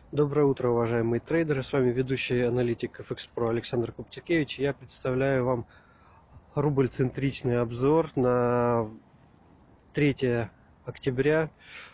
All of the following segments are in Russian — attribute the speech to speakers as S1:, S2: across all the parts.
S1: Доброе утро, уважаемые трейдеры. С вами ведущий аналитик FX Pro Александр Купцикевич. Я представляю вам рубль-центричный обзор на 3 октября.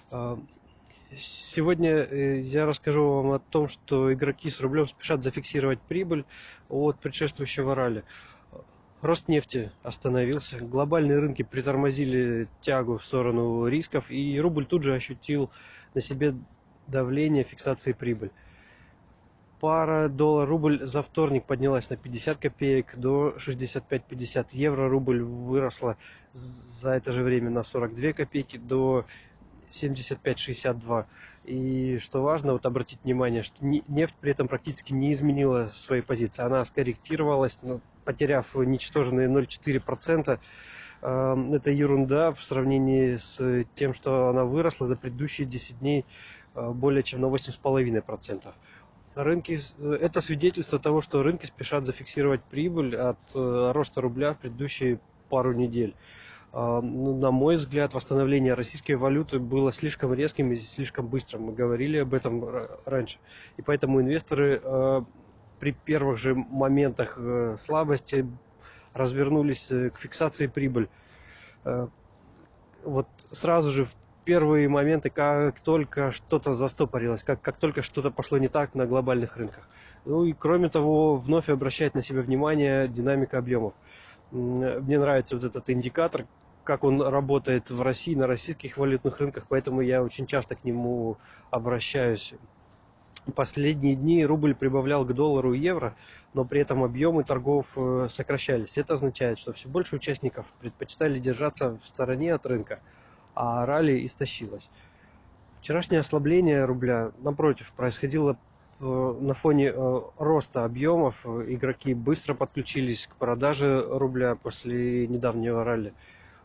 S1: Сегодня я расскажу вам о том, что игроки с рублем спешат зафиксировать прибыль от предшествующего ралли. Рост нефти остановился, глобальные рынки притормозили тягу в сторону рисков, и рубль тут же ощутил на себе давление фиксации прибыли. Пара доллар-рубль за вторник поднялась на 50 копеек до 65,50. Евро-рубль выросла за это же время на 42 копейки до 75,62. И что важно, вот обратить внимание, что нефть при этом практически не изменила своей позиции. Она скорректировалась, потеряв ничтожные 0,4%. Это ерунда в сравнении с тем, что она выросла за предыдущие 10 дней более чем на 8,5%. Рынки, это свидетельство того, что рынки спешат зафиксировать прибыль от роста рубля в предыдущие пару недель. На мой взгляд, восстановление российской валюты было слишком резким и слишком быстрым. Мы говорили об этом раньше. И поэтому инвесторы при первых же моментах слабости развернулись к фиксации прибыли. Вот сразу же в первые моменты, как только что-то застопорилось, как только что-то пошло не так на глобальных рынках. Ну и кроме того, вновь обращает на себя внимание динамика объемов. Мне нравится вот этот индикатор, как он работает в России, на российских валютных рынках, поэтому я очень часто к нему обращаюсь. Последние дни рубль прибавлял к доллару и евро, но при этом объемы торгов сокращались. Это означает, что все больше участников предпочитали держаться в стороне от рынка, а ралли истощилось. Вчерашнее ослабление рубля, напротив, происходило на фоне роста объемов. Игроки быстро подключились к продаже рубля после недавнего ралли.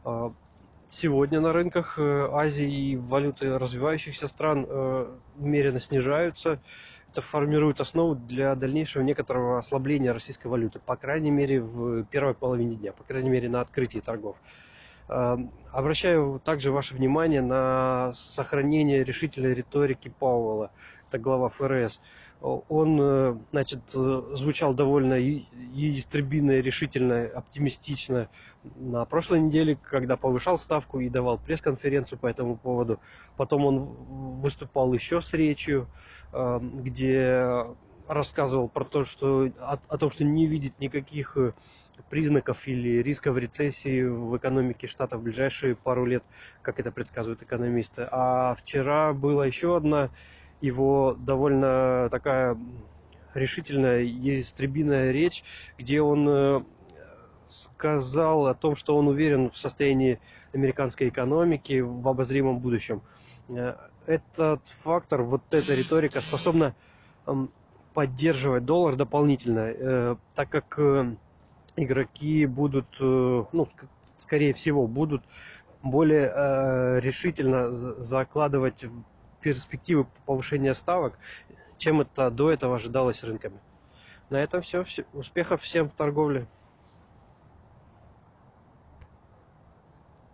S1: Сегодня на рынках Азии и валюты развивающихся стран умеренно снижаются. Это формирует основу для дальнейшего некоторого ослабления российской валюты, по крайней мере в первой половине дня, по крайней мере на открытии торгов. Обращаю также ваше внимание на сохранение решительной риторики Пауэлла, это глава ФРС. Он, звучал довольно ястребинно, решительно, оптимистично на прошлой неделе, когда повышал ставку и давал пресс-конференцию по этому поводу. Потом он выступал еще с речью, где рассказывал про то, что о том, что не видит никаких признаков или рисков рецессии в экономике штата в ближайшие пару лет, как это предсказывают экономисты. А вчера была еще одна его довольно такая решительная ястребиная речь, где он сказал о том, что он уверен в состоянии американской экономики в обозримом будущем. Этот фактор, вот эта риторика способна поддерживать доллар дополнительно, так как игроки будут, скорее всего, будут более решительно закладывать перспективы повышения ставок, чем это до этого ожидалось рынками. На этом все. Успехов всем в торговле.